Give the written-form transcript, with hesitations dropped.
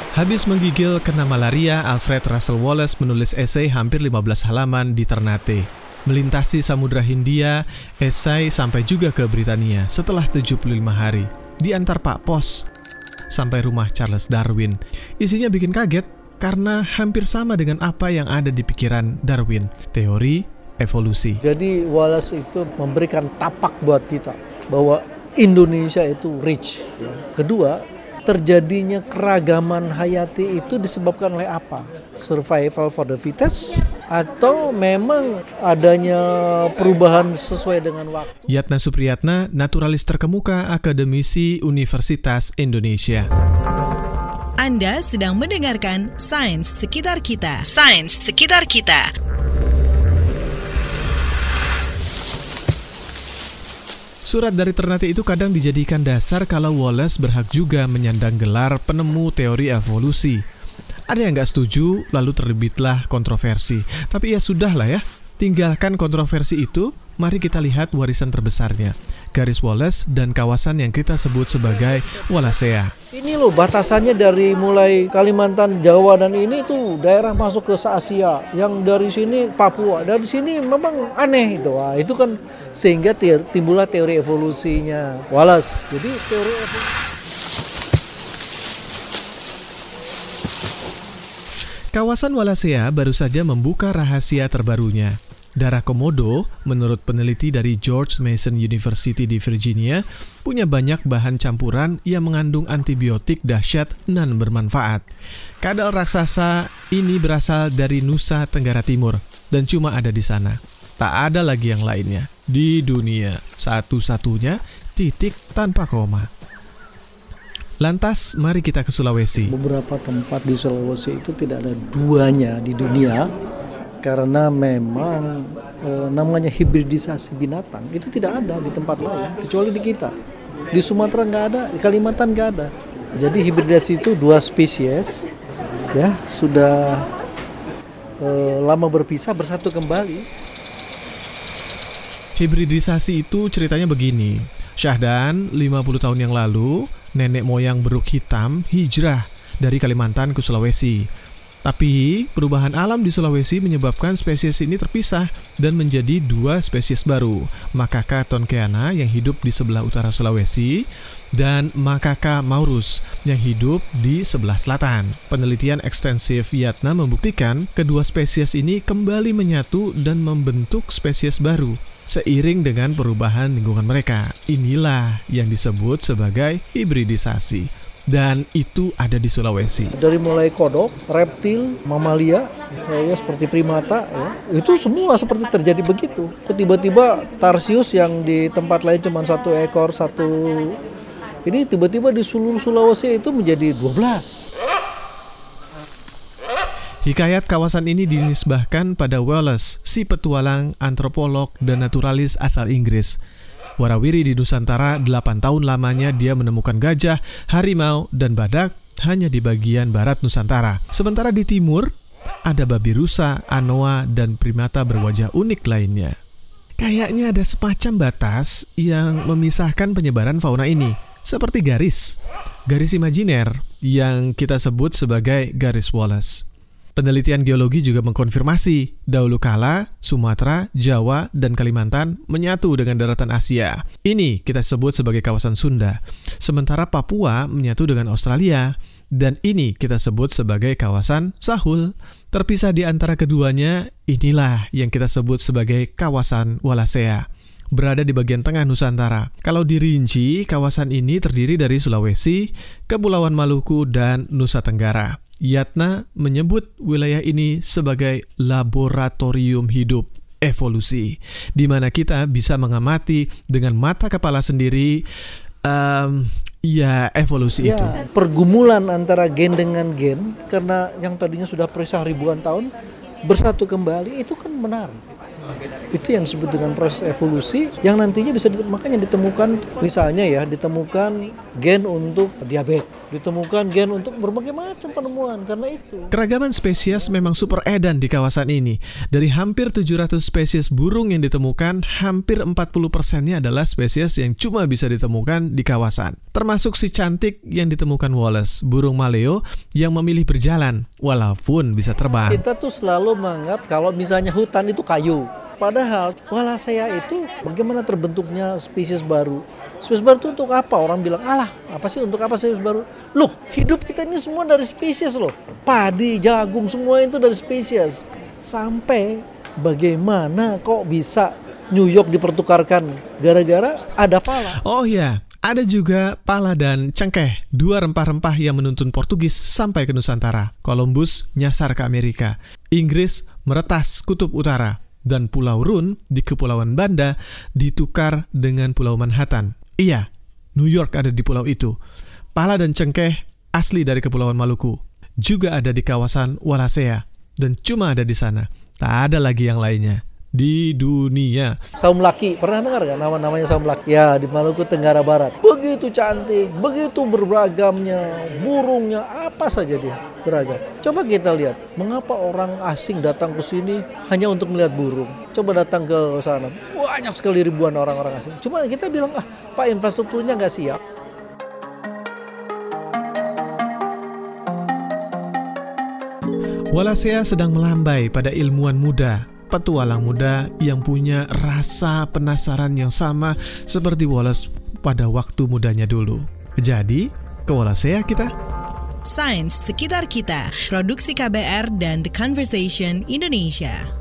Habis menggigil kena malaria, Alfred Russel Wallace menulis esai hampir 15 halaman di Ternate. Melintasi Samudra Hindia, esai sampai juga ke Britania setelah 75 hari. Diantar Pak Pos sampai rumah Charles Darwin. Isinya bikin kaget karena hampir sama dengan apa yang ada di pikiran Darwin, teori evolusi. Jadi Wallace itu memberikan tapak buat kita bahwa Indonesia itu rich. Kedua, terjadinya keragaman hayati itu disebabkan oleh apa? Survival for the fittest atau memang adanya perubahan sesuai dengan waktu? Yatna Supriyatna, naturalis terkemuka, akademisi Universitas Indonesia. Anda sedang mendengarkan Sains Sekitar Kita. Sains Sekitar Kita. Surat dari Ternate itu kadang dijadikan dasar kalau Wallace berhak juga menyandang gelar penemu teori evolusi. Ada yang nggak setuju, lalu terbitlah kontroversi. Tapi ya sudahlah ya, tinggalkan kontroversi itu, mari kita lihat warisan terbesarnya. Garis Wallace dan kawasan yang kita sebut sebagai Wallacea. Ini loh batasannya dari mulai Kalimantan, Jawa dan ini tuh daerah masuk ke Asia. Yang dari sini Papua, dari sini memang aneh itu. Wah, itu kan sehingga timbullah teori evolusinya Wallace. Jadi teori evolusi. Kawasan Wallacea baru saja membuka rahasia terbarunya. Darah komodo, menurut peneliti dari George Mason University di Virginia, punya banyak bahan campuran yang mengandung antibiotik dahsyat nan bermanfaat. Kadal raksasa ini berasal dari Nusa Tenggara Timur dan cuma ada di sana. Tak ada lagi yang lainnya. Di dunia, satu-satunya titik tanpa koma. Lantas, mari kita ke Sulawesi. Beberapa tempat di Sulawesi itu tidak ada duanya di dunia. Karena memang namanya hibridisasi binatang itu tidak ada di tempat lain kecuali di kita. Di Sumatera nggak ada, di Kalimantan nggak ada. Jadi hibridisasi itu 2 spesies ya sudah lama berpisah bersatu kembali. Hibridisasi itu ceritanya begini. Syahdan 50 tahun yang lalu, nenek moyang beruk hitam hijrah dari Kalimantan ke Sulawesi. Tapi perubahan alam di Sulawesi menyebabkan spesies ini terpisah dan menjadi 2 spesies baru, Macaca tonkeana yang hidup di sebelah utara Sulawesi dan Macaca maurus yang hidup di sebelah selatan. Penelitian ekstensif Yatna membuktikan kedua spesies ini kembali menyatu dan membentuk spesies baru seiring dengan perubahan lingkungan mereka. Inilah yang disebut sebagai hibridisasi. Dan itu ada di Sulawesi. Dari mulai kodok, reptil, mamalia, ya, seperti primata, ya, itu semua seperti terjadi begitu. Tiba-tiba tarsius yang di tempat lain cuma 1 ekor, ini tiba-tiba di seluruh Sulawesi itu menjadi 12. Hikayat kawasan ini dinisbahkan pada Wallace, si petualang, antropolog, dan naturalis asal Inggris. Warawiri di Nusantara 8 tahun lamanya dia menemukan gajah, harimau, dan badak hanya di bagian barat Nusantara. Sementara di timur, ada babi rusa, anoa, dan primata berwajah unik lainnya. Kayaknya ada semacam batas yang memisahkan penyebaran fauna ini, seperti garis imajiner yang kita sebut sebagai garis Wallace. Penelitian geologi juga mengkonfirmasi dahulu kala Sumatera, Jawa, dan Kalimantan menyatu dengan daratan Asia. Ini kita sebut sebagai kawasan Sunda. Sementara Papua menyatu dengan Australia, dan ini kita sebut sebagai kawasan Sahul. Terpisah di antara keduanya, inilah yang kita sebut sebagai kawasan Wallacea. Berada di bagian tengah Nusantara. Kalau dirinci, kawasan ini terdiri dari Sulawesi, Kepulauan Maluku, dan Nusa Tenggara. Yatna menyebut wilayah ini sebagai laboratorium hidup evolusi, di mana kita bisa mengamati dengan mata kepala sendiri evolusi itu. Pergumulan antara gen dengan gen, karena yang tadinya sudah pisah ribuan tahun bersatu kembali, itu kan menarik. Itu yang disebut dengan proses evolusi yang nantinya bisa makanya ditemukan, misalnya ya, ditemukan gen untuk diabetes, ditemukan gen untuk berbagai macam penemuan karena itu. Keragaman spesies memang super edan di kawasan ini. Dari hampir 700 spesies burung yang ditemukan, hampir 40%-nya adalah spesies yang cuma bisa ditemukan di kawasan. Termasuk si cantik yang ditemukan Wallace, burung maleo yang memilih berjalan walaupun bisa terbang. Kita tuh selalu menganggap kalau misalnya hutan itu kayu. Padahal Wallacea itu bagaimana terbentuknya spesies baru. Spesies baru itu untuk apa? Orang bilang, alah, apa sih untuk apa spesies baru? Loh, hidup kita ini semua dari spesies loh. Padi, jagung, semua itu dari spesies. Sampai bagaimana kok bisa New York dipertukarkan gara-gara ada pala. Oh ya, ada juga pala dan cengkeh, dua rempah-rempah yang menuntun Portugis sampai ke Nusantara. Columbus nyasar ke Amerika. Inggris meretas kutub utara. Dan Pulau Run di Kepulauan Banda ditukar dengan Pulau Manhattan. Iya, New York ada di pulau itu. Pala dan cengkeh asli dari Kepulauan Maluku. Juga ada di kawasan Wallacea. Dan cuma ada di sana. Tak ada lagi yang lainnya di dunia. Saum laki, pernah dengar gak namanya saum laki? Ya, di Maluku Tenggara Barat. Begitu cantik, begitu beragamnya, burungnya, apa saja dia beragam. Coba kita lihat, mengapa orang asing datang ke sini hanya untuk melihat burung? Coba datang ke sana, banyak sekali ribuan orang-orang asing. Cuma kita bilang, Pak, infrastrukturnya gak siap. Wallacea sedang melambai pada ilmuwan muda, petualang muda yang punya rasa penasaran yang sama seperti Wallace pada waktu mudanya dulu. Jadi, ke Wallacea kita. Sains Sekitar Kita, Produksi KBR dan The Conversation Indonesia.